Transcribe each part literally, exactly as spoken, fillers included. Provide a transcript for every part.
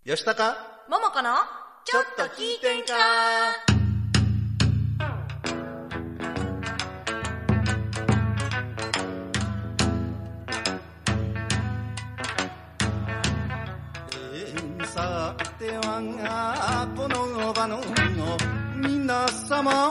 吉高ももこのちょっと聞いてんか。 さてはこの場の皆様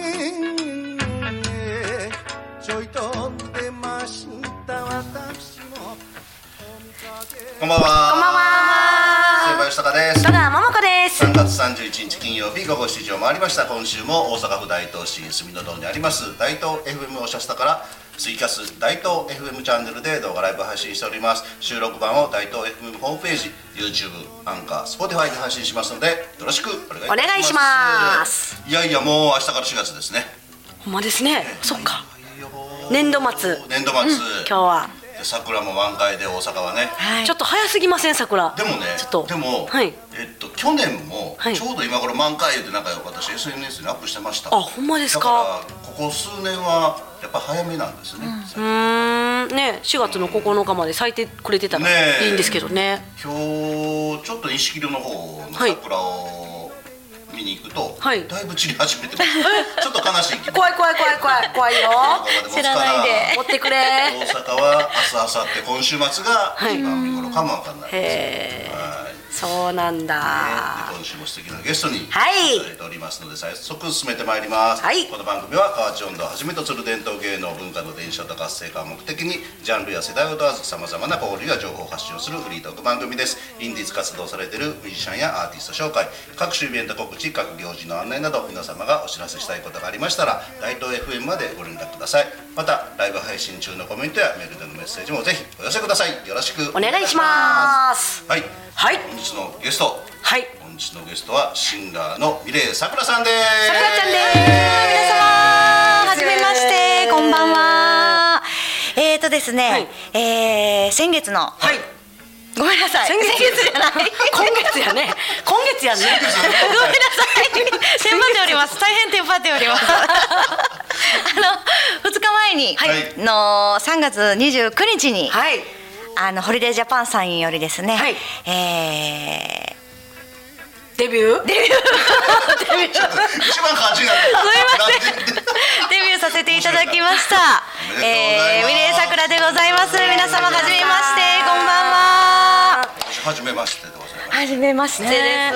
ちょいと出ました私も。こんばんは。こんばんは。先輩吉高です。 戸川桃子です。 さんがつさんじゅういちにち金曜日午後しちじを回りました。今週も大阪府大東市住の堂にあります大東 エフエム おしゃスタからツイキャス大東 エフエム チャンネルで動画ライブ配信しております。収録版を大東 エフエム ホームページ YouTube、アンカー、Spotify で配信しますのでよろしくお願いします。 お願いします。 いやいやもう明日からしがつですね。 ほんまですね。そっか。年度末。 年度末。 うん、今日は。 桜も満開で大阪はね、 はい、ちょっと早すぎません桜。 でもねちょっとでも、はい、えっと去年もちょうど今頃満開でなんか私 エスエヌエス にアップしてました。 あ、ほんまですか。 だからここ数年はやっぱ早めなんですね。 うん、うーんね、しがつのここのかまで咲いてくれてたらいいんですけどね。 今日ちょっと錦戸の方の桜を見に行くと、はい、だいぶ散り始めてます。ちょっと悲しい気分。 怖い怖い怖い怖い怖いよ。 知らないで持ってくれ。 大阪は明日明後日今週末が一番見頃かもわかんないです。 へー、そうなんだ、ね、 今週も素敵なゲストにいただいておりますので、早速進めてまいります、はい、この番組は河内音頭をはじめとする伝統芸能文化の伝承と活性化を目的にジャンルや世代を問わずさまざまな交流や情報を発信をするフリートーク番組です。インディーズ活動されているミュージシャンやアーティスト紹介、各種イベント告知、各行事の案内など皆様がお知らせしたいことがありましたら大東 エフエム までご連絡ください。またライブ配信中のコメントやメールでのメッセージもぜひお寄せください。よろしくお願いします。 はい、 はい、 本日のゲスト、 はい、 本日のゲストはシンガーのミレイさくらさんです。 さくらちゃんです。 皆様はじめまして、こんばんは。えーとですね、はい、えー、先月の、はい、ごめんなさい、 先月じゃない今月やね、今月やねごめんなさい、 テンパっております。大変テンパっておりますあのふつかまえに、はい、のさんがつにじゅうくにちに、はい、あのホリデージャパンさんよりですね、はい、えー、デビューデビューデビュー一番感じがすいませんデビューさせていただきました。えー、ミレイさくらでございます。皆様はじめまして、こんばんは。 はじめましてでございます。 はじめましてです。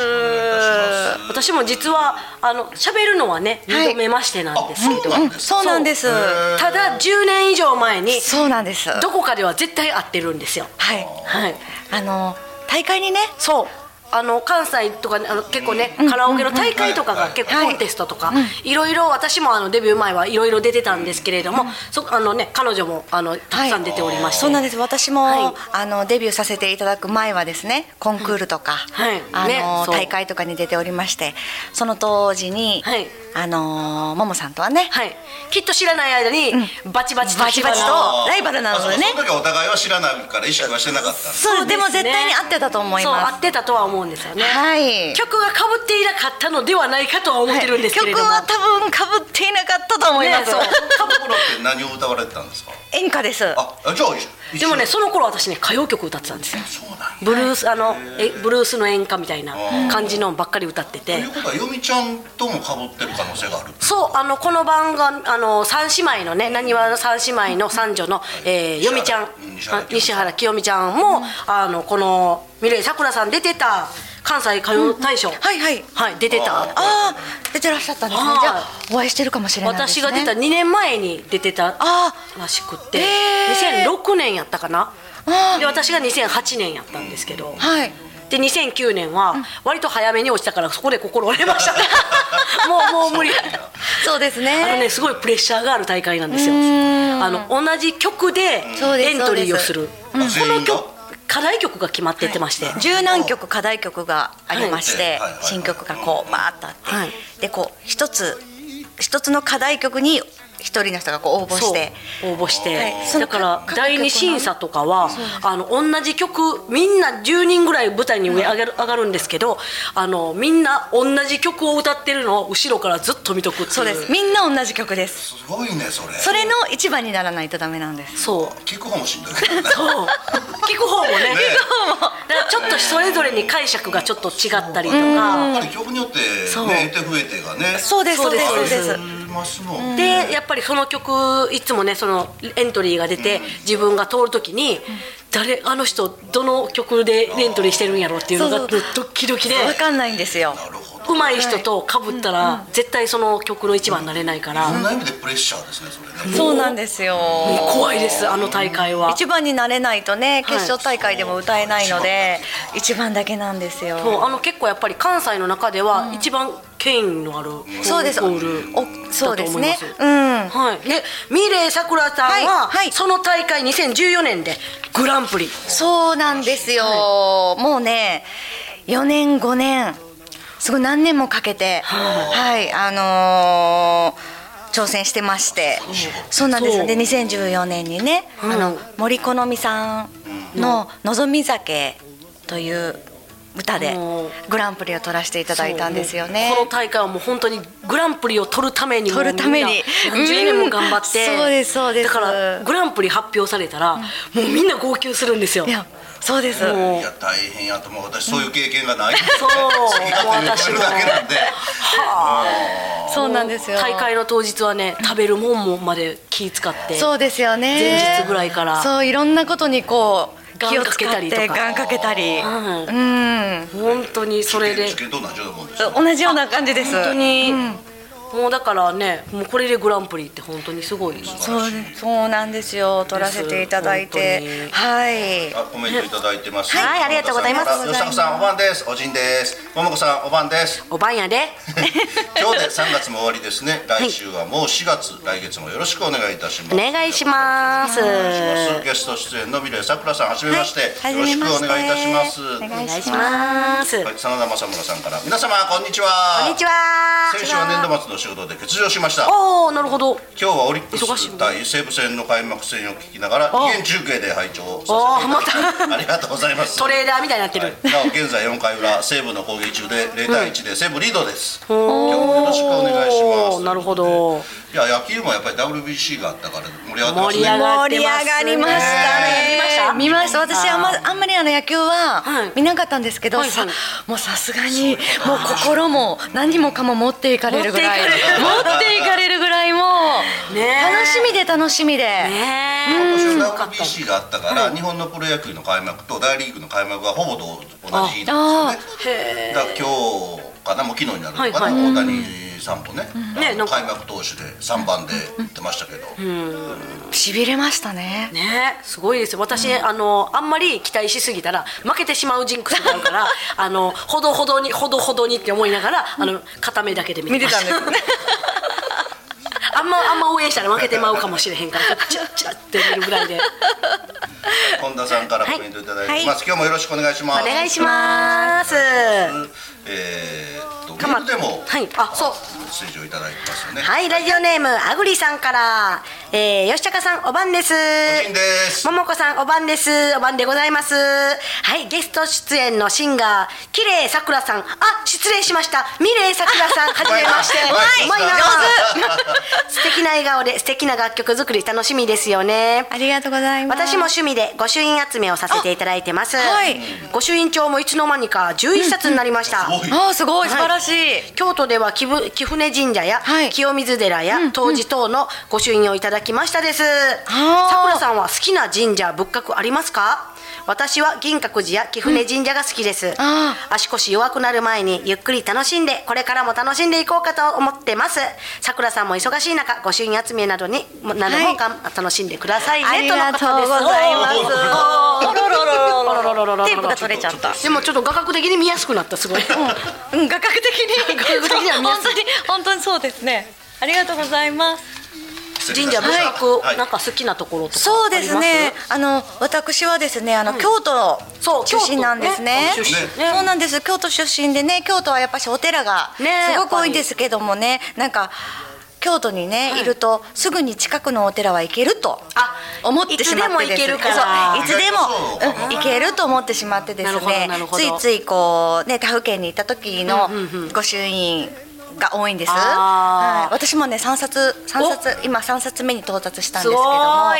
私も実はあの喋るのはねにどめましてなんですけど、 そうなんです。 ただじゅうねん以上前にそうなんです。 どこかでは絶対会ってるんですよ。 はいはい。あの大会にね、 そう。あの関西とかあの結構ね、うん、カラオケの大会とかが結構コンテストとか、はい、いろいろ私もあのデビュー前はいろいろ出てたんですけれども、うん、そあのね彼女もあのたくさん出ておりまして、 はい、そうなんです。私も、はい、あのデビューさせていただく前はですね、コンクールとか、はい、あの、ね、大会とかに出ておりまして、その当時に、はい、あのももさんとはね、 はい、きっと知らない間に、うん、バチバチとバチバチとライバルなのでね。 その時はお互いは知らないから意識はしてなかったんです。 そう、でも絶対に合ってたと思います。 そう、合ってたとは思うんですよね。 はい、 曲が被っていなかったのではないかとは思ってるんですけれども、 はい、曲は多分被っていなかったと思います。ね、 その頃って何を歌われてたんですか？ 演歌です。 あ、じゃあでもね、その頃私ね歌謡曲歌ってたんですよ。 そうなんや。 ブルース、あのえブルースの演歌みたいな感じのばっかり歌ってて。 ということはよみちゃんとも被ってる可能性がある。 そう、あのこの番があの三姉妹のね、なにわの三姉妹の三女の、はい、えー、よみちゃん、西原きよみちゃんも、うん、あのこのミレイさくらさん出てた関西歌謡大賞、うん、 はいはいはい、出てた。 ああ、出てらっしゃったんですね。じゃあお会いしてるかもしれないですね。 私が出たにねんまえに出てたらしくて、にせんろくねんやったかな。で私がにせんはちねんやったんですけど、はい、でにせんきゅうねんは割と早めに落ちたからそこで心折れましたもうもう無理そうですね。 あのね、すごいプレッシャーがある大会なんですよ。あの同じ曲でエントリーをする、この曲課題曲が決まってってまして、 十何曲課題曲がありまして、新曲がこうバーッとあって、でこう一つ一つの課題曲に一人の人がこう応募して応募して、はい、だから第二審査とかはあの同じ曲みんなじゅうにんぐらい舞台に上上がる、上がるんですけど、あのみんな同じ曲を歌ってるのを後ろからずっと見とくっていう。 そうです、みんな同じ曲です。 すごいねそれ。 それの一番にならないとダメなんです。 そう聞く方もしんどいけどね。 そう聞く方もね、ね、聞く方もだからちょっとそれぞれに解釈がちょっと違ったりとか、 やっぱり曲によってね、得手不得手がね。 そうですそうですそうです。 でやっぱりその曲いつもねそのエントリーが出て、うん、自分が通るときに、うん、誰あの人どの曲でエントリーしてるんやろっていうのがドキドキで分かんないんですよ。 上手い人と被ったら、はい、絶対その曲の一番になれないから、 いろんな意味でプレッシャーですねそれね。 そうなんですよ。 怖いですあの大会は。 一番になれないとね決勝大会でも歌えないので、はい、一番だけなんですよ。 そうあの結構やっぱり関西の中では一番権威のあるコール、 そうです、 おそうですね。うん。 はい。でミレイさくらさんは、はいはい、その大会にせんじゅうよねんでグランプリ。 そうなんですよ。はい、もうねよねんごねんすごい何年もかけて、はい、はい、あのー、挑戦してまして、そうなんです。でにせんじゅうよねんにね、うん、あの森好美さんの「のぞみ酒」という歌でグランプリを取らせていただいたんですよね。 この大会はもう本当にグランプリを取るために取るために何十年も頑張って、 うん、そうですそうです。 だからグランプリ発表されたら、うん、もうみんな号泣するんですよ。 いやそうです。いや大変やと思う。私そういう経験がないんで、 そう私もだけなんで、 はあ、そうなんですよ。 大会の当日はね食べるもんもまで気使って、 そうですよね。 前日ぐらいからそういろんなことにこう気をかけたりとか、 ガンかけたり、うん、 うん、本当にそれで受験と同じようなもんですよ。 同じような感じです。 本当に。うん、もうだからね、もうこれでグランプリって本当にすごい。 そうそうなんですよ。取らせていただいて、はい。 あ、コメントいただいてます。 はい、ありがとうございます。 吉高さんおばんです。おじんです。ももこさんおばんです。 おばんやで。 今日でさんがつも終わりですね。来週はもうしがつ、来月もよろしくお願いいたします。 お願いします。 ゲスト出演のミレイさくらさんはじめまして、よろしくお願いいたします。 お願いします。 はい、真田正村さんから皆様こんにちは。 こんにちは。 先週は年度末の仕事で欠場しました。 おお、なるほど。 今日はオリックス対西武戦の開幕戦を聞きながら現中継で拝聴させていただき、ありがとうございます。 トレーダーみたいになってる。 なお現在よんかい裏西武の攻撃中でゼロたいいちで西武リードです。今日もよろしくお願いします。 なるほど。 いや野球もやっぱり ダブリュービーシー があったから盛り上がってますね。 盛り上がってますね。 盛り上がりましたね。見ました。私あんまあんまりあの野球は見なかったんですけど、もうさすがにもう心も何もかも持っていかれるぐらい持っていかれるぐらいもう楽しみで楽しみで。 今年は ダブリュービーシー があったから日本のプロ野球の開幕と大リーグの開幕がほぼ同じなんですよね。だから今日かな、もう昨日になるのかな、大谷さんとね開幕投手でさんばんで打ってましたけど、 しびれましたね。 ね、すごいですよ。私あのあんまり期待しすぎたら負けてしまうジンクスがあるからあのほどほどにほどほどにって思いながらあの片目だけで見てました。見てたんですね。あんまあんま応援したら負けてまうかもしれへんからチャッチャッって見るぐらいで。 本田さんからコメントいただいてます。今日もよろしくお願いします。 お願いします。 えーっとメールでもはい、あ、そうメッセージをいただいてますよね。 はい、ラジオネームあぐりさんから、えー、吉高さんおばんです。 おじんです。 ももこさんおばんです。おばんでございます。はい、ゲスト出演のシンガーきれいさくらさん、あ、失礼しました、みれいさくらさん、はじめまして。うまいな。素敵な笑顔で素敵な楽曲作り楽しみですよね。 ありがとうございます。 私も趣味で御朱印集めをさせていただいてます。はい、御朱印帳もいつの間にかじゅういっさつになりました。 ああ、すごい、素晴らしい。 はい、京都では貴船神社や、はい、清水寺や東寺等の御朱印をいただきましたです。さくらさんは好きな神社仏閣ありますか？私は銀閣寺や貴船神社が好きです。うん、足腰弱くなる前にゆっくり楽しんでこれからも楽しんでいこうかと思ってます。さくらさんも忙しい中御朱印集めなどになども楽しんでくださいね。 ありがとうございます。テープが取れちゃった。 でもちょっと画角的に見やすくなった。すごい。 うん、画角的に画角的には見やすい。 本当に本当にそうですね。ありがとうございます。 神社仏閣なんか好きなところとかあります？ そうですね。あの私はですね、あの京都出身なんですね。そうなんです。京都出身でね、京都はやっぱしお寺がすごく多いんですけどもね、なんか京都にね、はい、いるとすぐに近くのお寺は行けると思ってしまってですね、いつでも行けるからいつでも、うん、行けると思ってしまってですね、ついついこうね他府県に行った時の御朱印が多いんです。はい、私もねさんさつさんさつ今さんさつめに到達したんですけども、はい。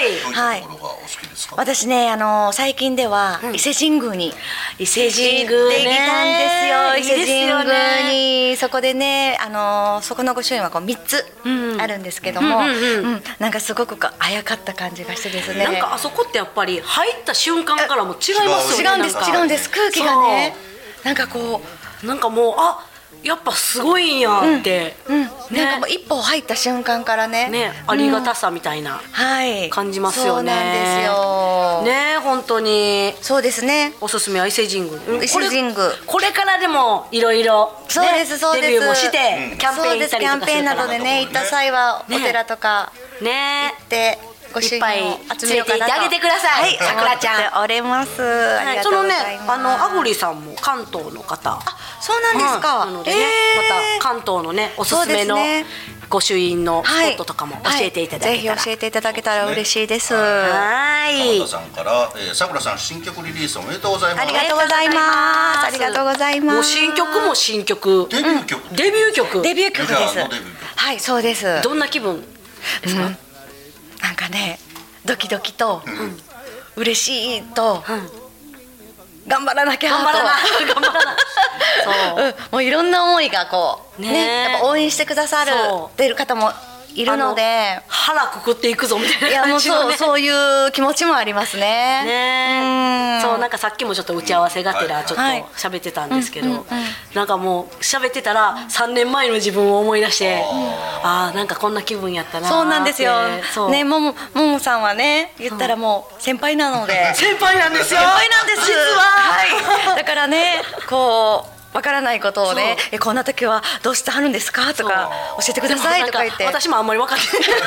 私ねあの最近では伊勢神宮に伊勢神宮行ってきたんですよ。伊勢神宮にそこでねあのそこの御朱印はこうみっつあるんですけども、なんかすごくあやかった感じがしてですね。 なんかあそこってやっぱり入った瞬間からも違いますよね。 違うんです違うんです空気がねなんかこうなんかもうあやっぱすごいんやって、 うんうんね、なんかもう一歩入った瞬間からね、 ねありがたさみたいな感じますよね。 そうなんですよ。 ね本当にそうですね。 おすすめは伊勢神宮。 伊勢神宮。 これからでもいろいろそうですそうです。 デビューもして、うん、キャンペーン行ったりとかするから。そうですキャンペーンなどでね行った際はお寺とか行って。ねご朱印を集めようかなと。いっぱい連れて行ってあげてください。さくらちゃん。 おれます。ありがとうございます。そのね、 あのあぐりさんも関東の方。 あ、そうなんですか。 なのでね、また関東のねおすすめの御朱印のスポットとかも教えていただけたら。ぜひ教えていただけたら嬉しいです。 はい。 川田さんからさくらさん新曲リリースおめでとうございます。 ありがとうございます。ありがとうございます。 もう新曲も新曲。 デビュー曲。 デビュー曲。 デビュー曲です。はい、そうです。 どんな気分ですか。 なんかね。ドキドキと、うん、嬉しいと、うん、頑張らなきゃと頑張らな頑張らなそう、うん、もういろんな思いがこう ね, ねやっぱ応援してくださるってる方もいるので腹くくっていくぞみたいな感じの、ね、 いやもうそうそういう気持ちもありますね。 ねうんそうなんかさっきもちょっと打ち合わせがてらちょっと喋ってたんですけど、はいうんうんうん、なんかもう喋ってたらさんねんまえの自分を思い出してああなんかこんな気分やったなって。 そうなんですよね。ももももさんはね言ったらもう先輩なので先輩なんですよ。 先輩なんです実は、はい、だからねこうわからないことをねえこんな時はどうしてはるんですかとか教えてくださいとか言って私もあんまり分かって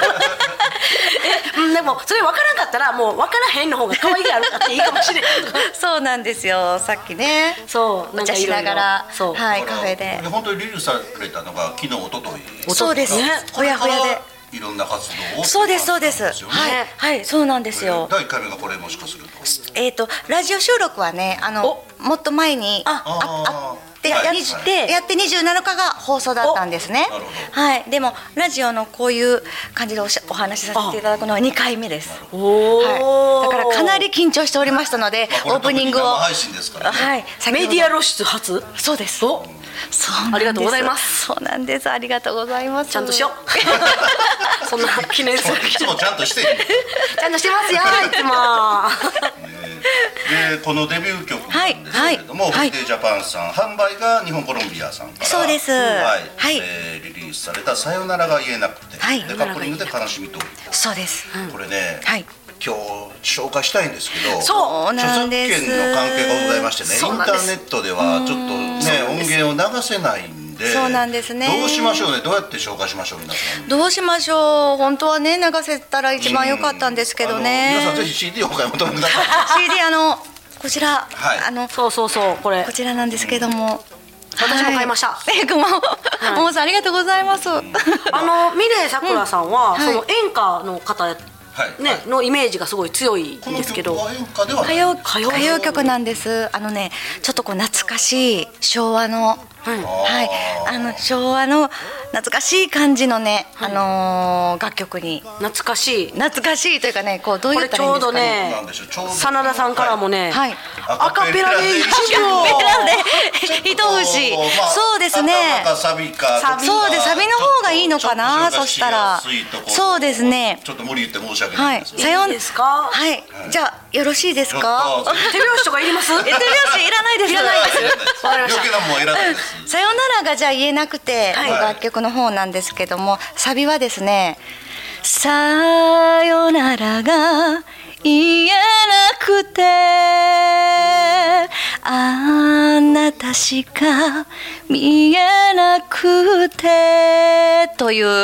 ないでもそれ分からんかったらもう分からへんの方が可愛げあるっていいかもしれないそうなんですよ。さっきねそうお茶しながらはいカフェで本当にリリースされたのが昨日一昨日そうですねほやほやでいろんな活動をそうですそうですはいはいそうなんですよ。 だいいっかいめがこれもしかするとえっとラジオ収録はねあのもっと前にああってやってやってにじゅうなのかが放送だったんですね。はいでもラジオのこういう感じでおしお話しさせていただくのはにかいめです。はいだからかなり緊張しておりましたのでオープニングをはいメディア露出初そうです。 ありがとうございます。 そうなんですありがとうございます。 ちゃんとしようそんな記念するいつもちゃんとしてるちゃんとしてますよいつもでこのデビュー曲なんですけれども、ホリデージャパンさん販売が日本コロンビアさんからそうです、はいはいえー、リリースされた「さよならが言えなくて」はい、でカップリングで「悲しみと」 そうです、 これね、 はい、 今日紹介したいんですけどそうなんです著作権の関係がございましてねインターネットではちょっとね音源を流せないんでそうなんですね。 どうしましょうねどうやって紹介しましょう皆さんどうしましょう本当はね流せたら一番良かったんですけどね。 皆さんぜひ シーディー をお買い求めくださいシーディー あのこちら、 はい、 あのそうそうそうこれこちらなんですけども私も買いました。 えごもももさんありがとうございます。あのミレイさくらさんはその演歌の方ねのイメージがすごい強いんですけど歌謡歌謡曲なんです。あのねちょっとこう懐かしい昭和のはい、はい、あの昭和の懐かしい感じのね、はい、あのー、楽曲に懐かしい懐かしいというかねこうどう言ったらいいんですかね。 これちょうどね真田さんからもね、はい、 アカペラで一部をアカペラで一節、まあ、そうですねサビかサビそうでサビの方がいいのかなそしたらそうですねちょっと無理言って申し訳ないです、 はい、さよんですかはい、はい、じゃあよろしいですか。 手拍子とかいります手拍子いらないですいらないです余計なもんいらないです。 さよならがじゃあ言えなくて、はい、楽曲の方なんですけどもサビはですねさよならが言えなくてあなたしか見えなくてという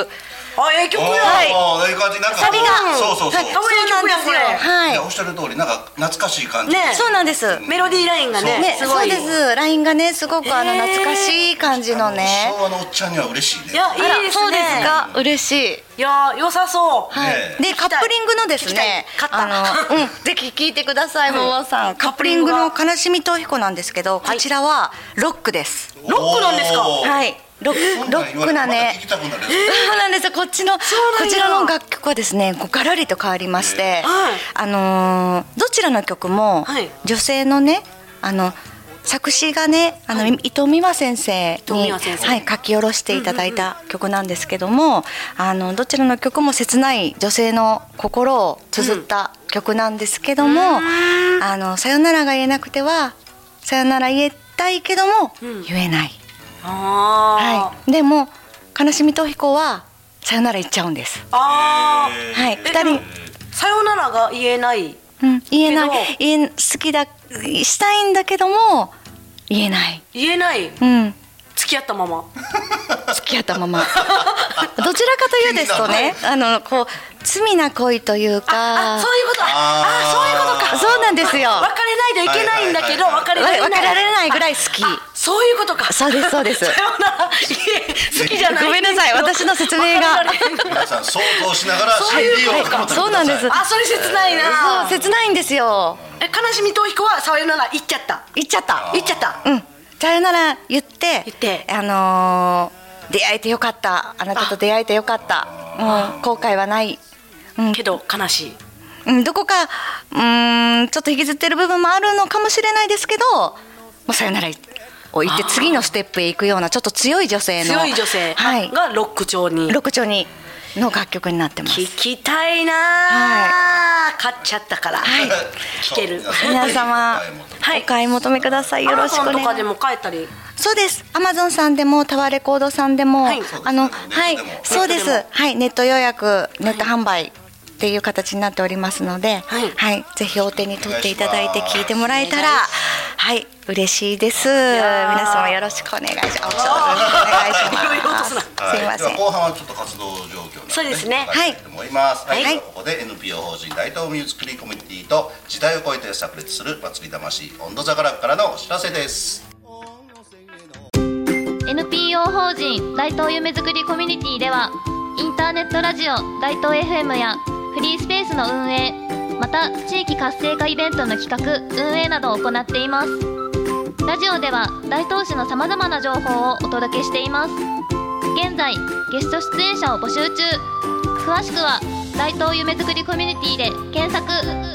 あ、ええ曲や。 はい。ええ感じなんか。 サビが。 そうそうそう。 可愛い曲やこれ。 はい。 おっしゃる通りなんか懐かしい感じ。 ね、そうなんです。 メロディーラインがね、すごい。 そうです。ラインがね、すごくあの懐かしい感じのね。 昭和のおっちゃんには嬉しいね。 いや、いいですね。 そうですか。嬉しい。 いや、良さそう。 はい。で、カップリングのですね、あの、うん、ぜひ聞いてください、ももさん。カップリングの悲しみと彦なんですけど、こちらはロックです。 ロックなんですか。 はい。ロッロックなね。そうなんです。こっちのこちらの楽曲はですね、ガラリと変わりまして、あのどちらの曲も女性のね、あの作詞がね、あの伊藤美誠先生にはい書き下ろしていただいた曲なんですけども、あのどちらの曲も切ない女性の心を綴った曲なんですけども、あのさよならが言えなくてはさよなら言えたいけども言えない。はい、でも悲しみと彦はさよなら言っちゃうんです。 ああ、はい、二人さよならが言えない、 うん、言えない、言え好きだしたいんだけども言えない言えない、 うん、 付き合ったまま付き合ったままどちらかというですとね、あのこう罪な恋というか、 あ、そういうこと、あ、そういうことか、 そうなんですよ。 別れないといけないんだけど別れられない、 別れられないぐらい好き。 そういうことか。 そうですそうです。 さよなら好きじゃない。 ごめんなさい、私の説明が。 皆さん想像しながら シーディー を買ってください。 そうなんです。 あ、それ切ないな。 そう、切ないんですよ。 え、悲しみと彦はさよなら言っちゃった。 言っちゃった。 言っちゃった。 うん。さよなら言って、 言ってあのー、出会えてよかった、あなたと出会えてよかった、うん、後悔はない、 うん、けど悲しい、 うん、どこかうーんちょっと引きずってる部分もあるのかもしれないですけど、もうさよならを言って次のステップへ行くようなちょっと強い女性の強い女性がロック調に、 ロック調にの楽曲になってます。 聞きたいな、はい、買っちゃったから、はい、聞ける。 皆様、はい、お買い求めください。よろしくお願いします。アマゾンとかでも買えたり。 そうです。アマゾンさんでもタワーレコードさんでも、はい、あのはいそうです。はい、ネット予約、ネット販売っていう形になっておりますので、はい、はい、ぜひお手に取っていただいて聞いてもらえたら、はい、嬉しいです。皆様よろしくお願いします。お願いします。すいません。 後半はちょっと活動状況そうですね。 はい。思います。はい。ここで エヌピーオー 法人大東ミュージックリーコミュニティと時代を超えて炸裂する祭り魂温度座がらからのお知らせです。 エヌピーオー 法人大東夢づくりコミュニティではインターネットラジオ大東 エフエム やフリースペースの運営、また地域活性化イベントの企画・運営などを行っています。ラジオでは大東市のさまざまな情報をお届けしています。現在ゲスト出演者を募集中。詳しくは大東夢づくりコミュニティで検索。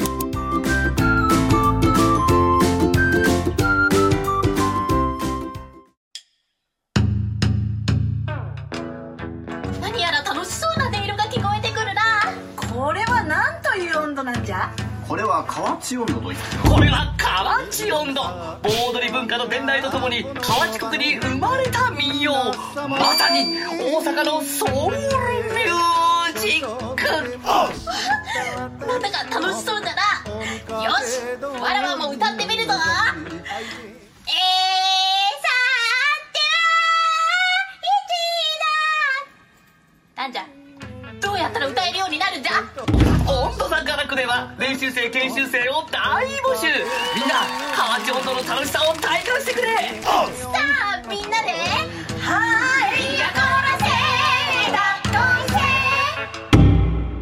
何やら楽しそうな音色が聞こえてくるな。 これは何という温度なんじゃ。 これは河内温度といってこれは河内温度、盆踊り文化の伝来とともに河内国に生まれた民謡、まさに大阪のソウルミュージック。 なんだか楽しそうだな。よし、わらわも歌ってみるぞ。えー、さーてー、なんじゃ、どうやったら歌えるようになるんじゃ。 温度座がらくでは練習生研修生を大募集。みんな河内温度の楽しさを体感してくれ。 さあみんなではーいやこらせだっこい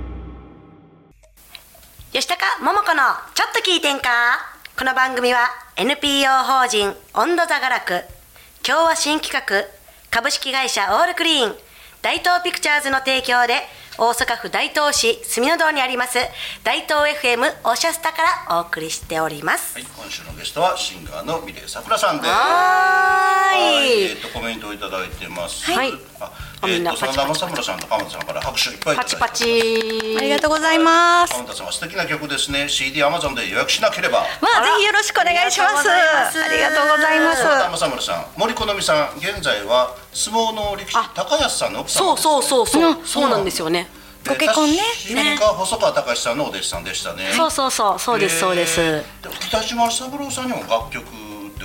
せ。吉高桃子のちょっと聞いてんか。この番組は エヌピーオー 法人温度座がらく、今日は新企画株式会社オールクリーン大東ピクチャーズの提供で大阪府大東市住の堂にあります大東 エフエム おしゃスタからお送りしております。 はい、今週のゲストはシンガーのミレイさくらさんです。 はーい。 えっとコメントをいただいてます。 はい。 あ、えっと真田正村さんと鎌田さんから拍手いっぱいいただいてます。 パチパチ。 ありがとうございます。 鎌田さんは素敵な曲ですね。シーディー アマゾンで予約しなければ。 まあぜひよろしくお願いします。ありがとうございます。 真田正村さん、森好美さん、現在は相撲の力士高安さんの奥様です。 そうそうそうそう、そうなんですよね。 ご結婚ね。 確か細川隆さんのお弟子さんでしたね。 そうそうそう、そうですそうです。 北島三郎さんにも楽曲っていう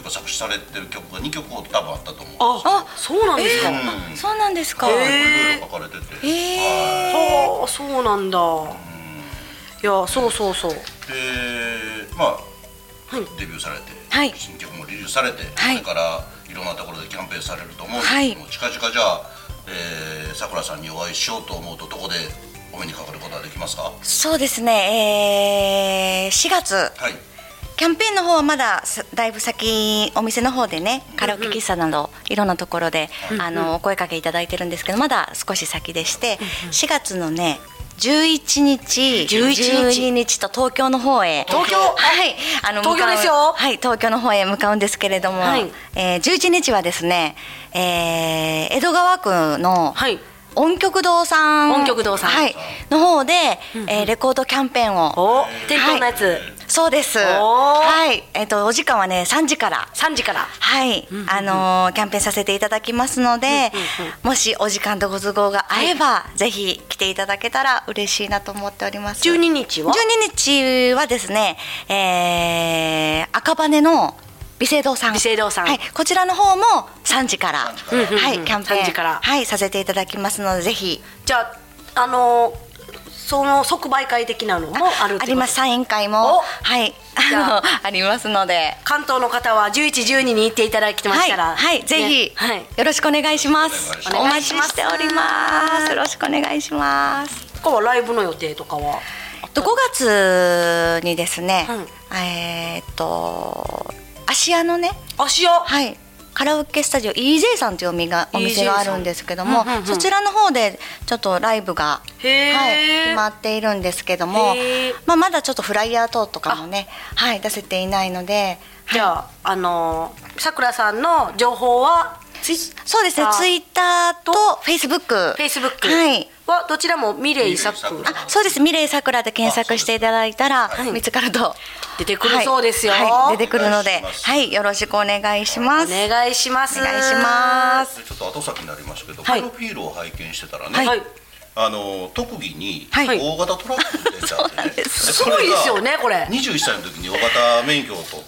ぱ作詞されてる曲がにきょく多分あったと思うんです。 あ、そうなんですか。 そうなんですか。 いろいろ書かれてて。 へえ。そうなんだ。いや、そうそうそう。で、 まあデビューされて、新曲もリリースされて、これからいろんなところでキャンペーンされると思うんですけども、近々じゃあさくらさんにお会いしようと思うとどこでお目にかかることができますか？ そうですね、えー、しがつ、はい、キャンペーンの方はまだだいぶ先、お店の方でね、カラオケ喫茶などいろんなところで、うん、あのお声かけいただいてるんですけど、まだ少し先でして、うん、しがつのねじゅういちにち、じゅうににちと東京の方へ、 東京、 はい、あの東京ですよ。 はい、東京の方へ向かうんですけれども、はい、えー、じゅういちにちはですね、えー、江戸川区の、はい、音曲堂さん、 音曲堂さん、 はい、の方で、うんうん、えー、レコードキャンペーンを、 店頭のやつ、はい、 そうです。はい、えっとお時間はねさんじから、 さんじから、 はい、うんうん、あのー、キャンペーンさせていただきますので、うんうんうん、もしお時間とご都合が合えば、はい、ぜひ来ていただけたら嬉しいなと思っております。 じゅうににちは？ じゅうににちはですね、えー、赤羽の美声堂さん、 美声堂さん、 はい、こちらの方もさんじから、はい、キャンペーン、 さんじから、 はい、させていただきますので、ぜひ。 じゃあ、あのー、その即売会的なのもあるってこと？ あります。サイン会も、はい、あありますので、 関東の方はじゅういち、じゅうにに行っていただきましたら、 はい、はい、ぜひ、はい、よろしくお願いします。お待ちしております。よろしくお願いします。 他はライブの予定とかは？ ごがつにですね、うん、えー、っと芦屋のね、 芦屋、 はい、カラオケスタジオ イージェー さんというお店がお店があるんですけども、うんうんうん、そちらの方でちょっとライブが、はい、決まっているんですけども、まあ、まだちょっとフライヤー等とかもね、はい、出せていないので、 じゃあ、はい、あのさくらさんの情報はツイそうですね、ツイッターとフェイスブック、 フェイスブック、 はい、 はどちらもミレイさくら、 あ、そうです、ミレイさくらで検索していただいたら見つかると出てくるそうですよ、 はいはい、出てくるので、はい、よろしくお願いします。 お願いします。 お願いします。 ちょっと後先になりましたけど、 はい、 プロフィールを拝見してたらね、はい、あの特技に大型トラック運転手ってね、 すごいですよね。これにじゅういっさいの時に大型免許を取って、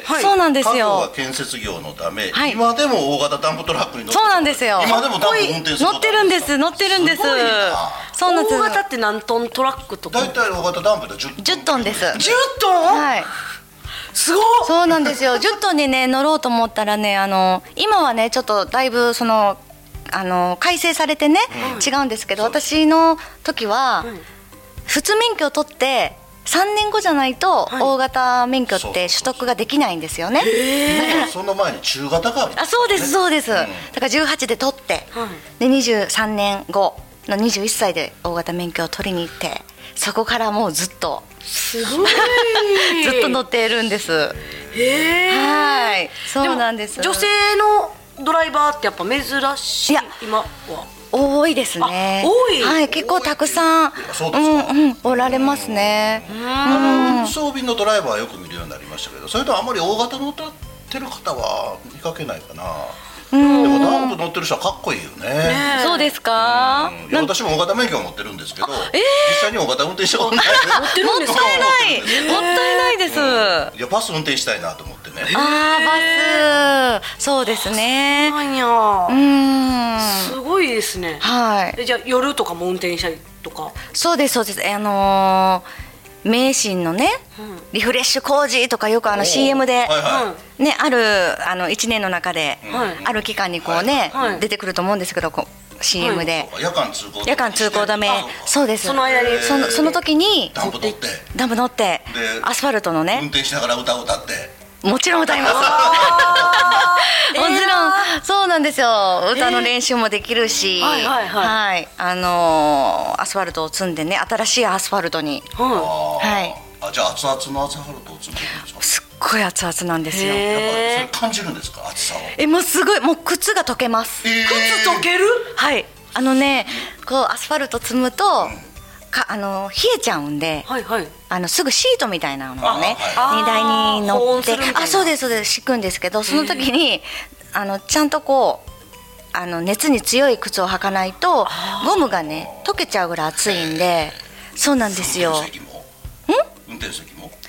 はい、そうなんですよ。 家業が建設業のため、はい、今でも大型ダンプトラックに乗って、 そうなんですよ。 今でもダンプ運転する乗ってるんです。乗ってるんです。そうなんです。 大型って何トントラックとか？ 大体大型ダンプでじゅっトン。 じゅっトンです。 じゅっトン？ はい。 すごい。 そうなんですよ。じゅっトンにね乗ろうと思ったらね、あの今はねちょっとだいぶそのあの改正されてね、うん、違うんですけど、私の時は、うん、普通免許を取ってさんねんごじゃないと大型免許って取得ができないんですよね。 だからその前に中型があるんですよね。 あ、そうですそうです、うん、だからじゅうはちで取って、うん、でにじゅうさんねんごのにじゅういっさいで大型免許を取りに行って、そこからもうずっとすごいずっと乗っているんです。 へー、 はい、そうなんです。 女性のドライバーってやっぱ珍しい？いや、今は多いですね。 多い、 はい、結構たくさん、うんうん、おられますね。 あの運送便のドライバーはよく見るようになりましたけど、それとあんまり大型乗ってる方は見かけないかな。でもダンプ乗ってる人はかっこいいよね。 そうですか？ 私も大型免許を持ってるんですけど、実際に大型運転したことない。 持ってるんですか？もったいない、もったいないです。 いや、バス運転したいなと思ってね。 ああ、バス、そうですね。 なんや、うん、すごいですね。 はい。 じゃあ夜とかも運転したりとか？ そうですそうです。あの名神のね、リフレッシュ工事とかよくあの シーエム でね、あるあのいちねんの中である期間にこうね出てくると思うんですけど、 シーエム で夜間通行夜間通行止め、そうです。 その間にそのその時にダンプ乗ってダンプ乗ってアスファルトのね運転しながら歌を歌って、 もちろん歌います。もちろんそうなんですよ。歌の練習もできるし、はいはいはい、あのアスファルトを積んでね、新しいアスファルトに、はい。 あ、じゃあ熱々のアスファルトを積んでるんですか？ すっごい熱々なんですよ。 やっぱりそれ感じるんですか、熱さを？ え、もうすごい、もう靴が溶けます。 靴溶ける？ はい。あのね、こうアスファルト積むと、かあの冷えちゃうんで、はいはい、あのすぐシートみたいなのをね、荷台に乗って、あ、そうですそうです、敷くんですけど、その時にあのちゃんとこうあの熱に強い靴を履かないとゴムがね溶けちゃうぐらい熱いんで、そうなんですよ。 運転席も？ 運転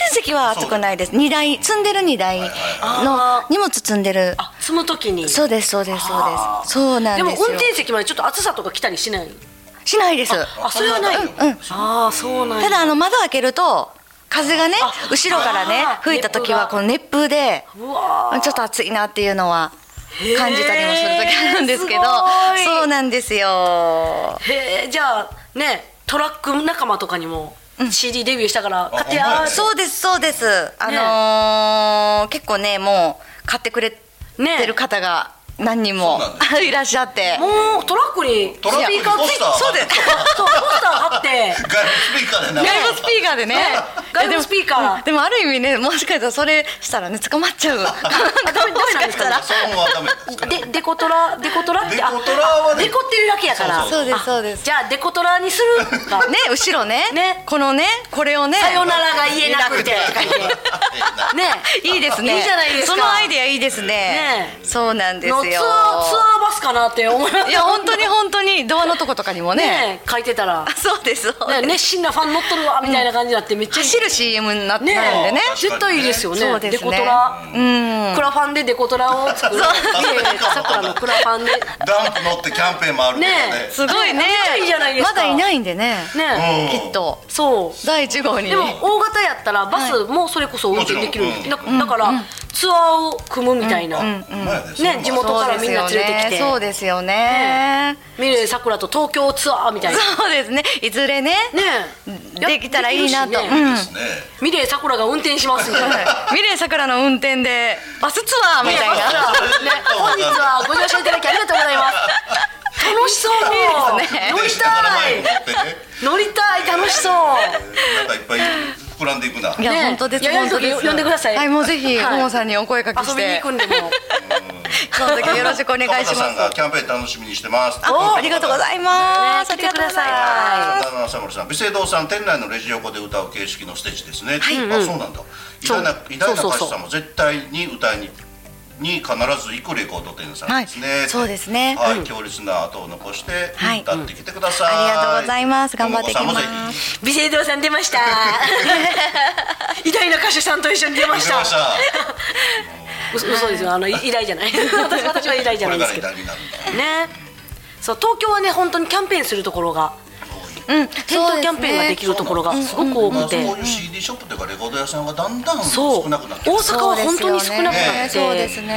席は暑くないです。荷台積んでる荷台の荷物積んでる。 あ、積むときに。 そうですそうですそうです。そうなんですよ。 でも運転席までちょっと暑さとか来たりしない？ しないです。 あ、それはない。うん。ああ、そうなん。 ただあの窓開けると風がね後ろからね吹いた時はこの熱風でちょっと暑いなっていうのは感じたりもする時あるんですけど、そうなんですよ。 へえ、じゃあね、トラック仲間とかにも シーディー デビューしたから買ってや。 そうですそうです。あの結構ねもう買ってくれてる方が何人もいらっしゃって、 もうトラックにスピーカーついて、そうです、そう、ポスター貼って、 外部スピーカーでね、 外部スピーカーでね、 外部スピーカーでもある意味ね、もしかしたらそれしたらね捕まっちゃう。ダメなんですか。 でデコトラデコトラって、あ、デコってるだけやから。 そうですそうです。 じゃあデコトラにするかね、後ろね、このねこれをね、 さよならが言えなくて、ね、 いいですね。 いいじゃないですか。 そのアイデアいいですね。そうなんですよ。 ツアーツアーバスかなって思います。 いや本当に本当にドアのとことかにもね書いてたら、 そうです。 熱心なファン乗っとるわみたいな感じになってめっちゃ走る シーエム になってるんでね。 絶対いいですよね。 そうですね。 デコトラ、クラファンでデコトラを作る。さくらのクラファンでダンプ乗ってキャンペーンもあるからね。 すごいね。 いいじゃないですか。 まだいないんでね。 ね、 きっとそうだいいち号に。 でも大型やったらバスもそれこそ運転できる。だからツアーを組むみたいな、ね、地元からみんな連れてきて。 そうですよね。 ミレイさくらと東京ツアーみたいな。 そうですね。いずれねできたらいいなと。 ミレイさくらが運転しますみたいな。 ミレイさくらの運転でバスツアーみたいな。 本日はご乗車いただきありがとうございます。楽しそう。乗りたい乗りたい、楽しそう。 なんかいっぱい膨らんでいくな。 いや本当です。 やる時呼んでください。 はい、もうぜひももさんにお声かけして遊びに行くんでもその時よろしくお願いします。 鎌田さんがキャンペーン楽しみにしてます。 ありがとうございます。 来てください。 長野浅森さん、美声堂さん店内のレジ横で歌う形式のステージですね。あ、そうなんだ。偉大な偉大な歌手さんも絶対に歌いにに必ず行くレコード店さんですね。 そうですね。 はい、強烈な後を残して歌ってきてください。 ありがとうございます。頑張っていきます。 美声堂さん出ました。偉大な歌手さんと一緒に出ました。嘘ですよ。あの偉大じゃない。私私は偉大じゃないですけど。ね。そう、東京はね本当にキャンペーンするところが。店頭キャンペーンができるところがすごく多くて、 こういう シーディー ショップとかレコード屋さんがだんだん少なくなって、 大阪は本当に少なくなって、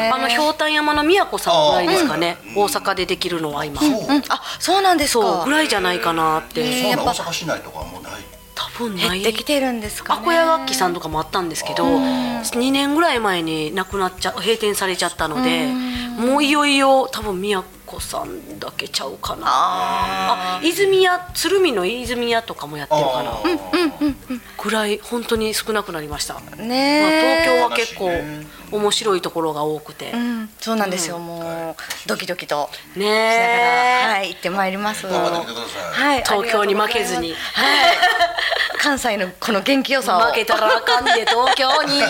あのひょうたん山の宮子さんぐらいですかね、大阪でできるのは今。 あ、そうなんですか。 ぐらいじゃないかなって。 やっぱ大阪市内とかもない。 多分ない。 減ってきてるんですかね。 アコヤ楽器さんとかもあったんですけど、にねんぐらい前になくなっちゃ閉店されちゃったので、もういよいよ多分宮子さんだけちゃうかな。あ、泉屋、鶴見の泉屋とかもやってるかな。ぐらい本当に少なくなりました。ね、東京は結構面白いところが多くて、 そうなんですよ。もうドキドキとねしながら、はい、行ってまいります。 はい、東京に負けずに。 関西のこの元気よさを。 負けたらあかんで東京に。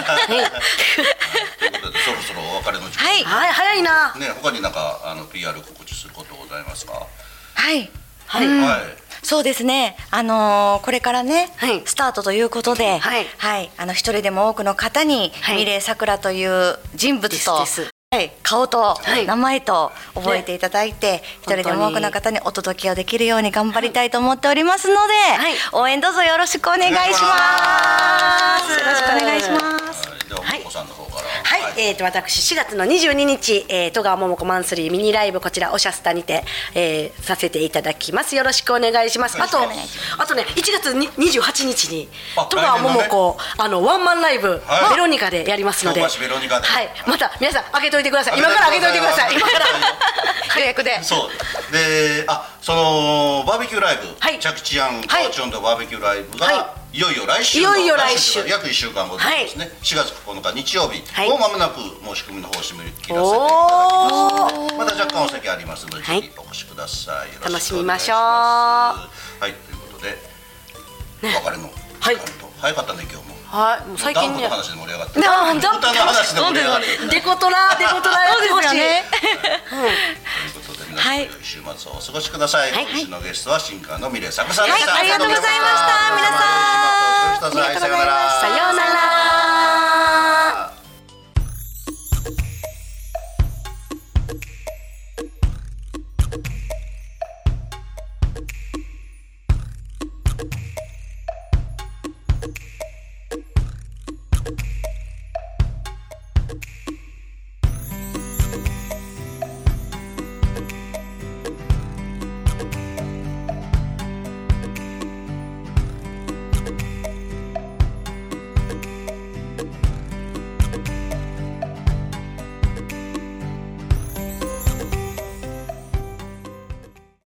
そろそろお別れの時間。 はい、早いな。 ね、他になんかあの ピーアール 告知することございますか。 はいはい。 そうですね。あのこれからねスタートということで、はい、あの一人でも多くの方にミレイさくらという人物と。はい、顔と名前と覚えていただいて、一人でも多くの方にお届けをできるように頑張りたいと思っておりますので、応援どうぞよろしくお願いします。よろしくお願いします。 はい、 はい、えーと私しがつのにじゅうににち、えー、戸川桃子マンスリーミニライブこちらおしゃスタにて、えー、させていただきます。よろしくお願いします。あとあとねいちがつにじゅうはちにちに戸川桃子あのワンマンライブベロニカでやりますので、はい、また皆さん開けといてください。今から開けといてください。今から早くで。 そうで、あ、そのバーベキューライブ、着地庵カーチョンとバーベキューライブがいよいよ来週、いよいよ来週約いっしゅうかんごですね。しがつここのか日曜日をまもなく申し込みの方締め切らせていただきます。また若干お席ありますので、ぜひお越しください。 楽しみましょう。 はい、ということでお別れの時間と早かったね今日も。 はい、もう最近ね。 ダンプの話で盛り上がって。ダンプの話で盛り上がる。 デコトラデコトラやってほしい。 ということで皆はい、週末をお過ごしください。今週のゲストはシンガーのミレイサクさんでした。 ありがとうございました。皆さん、 さようなら。 さようなら。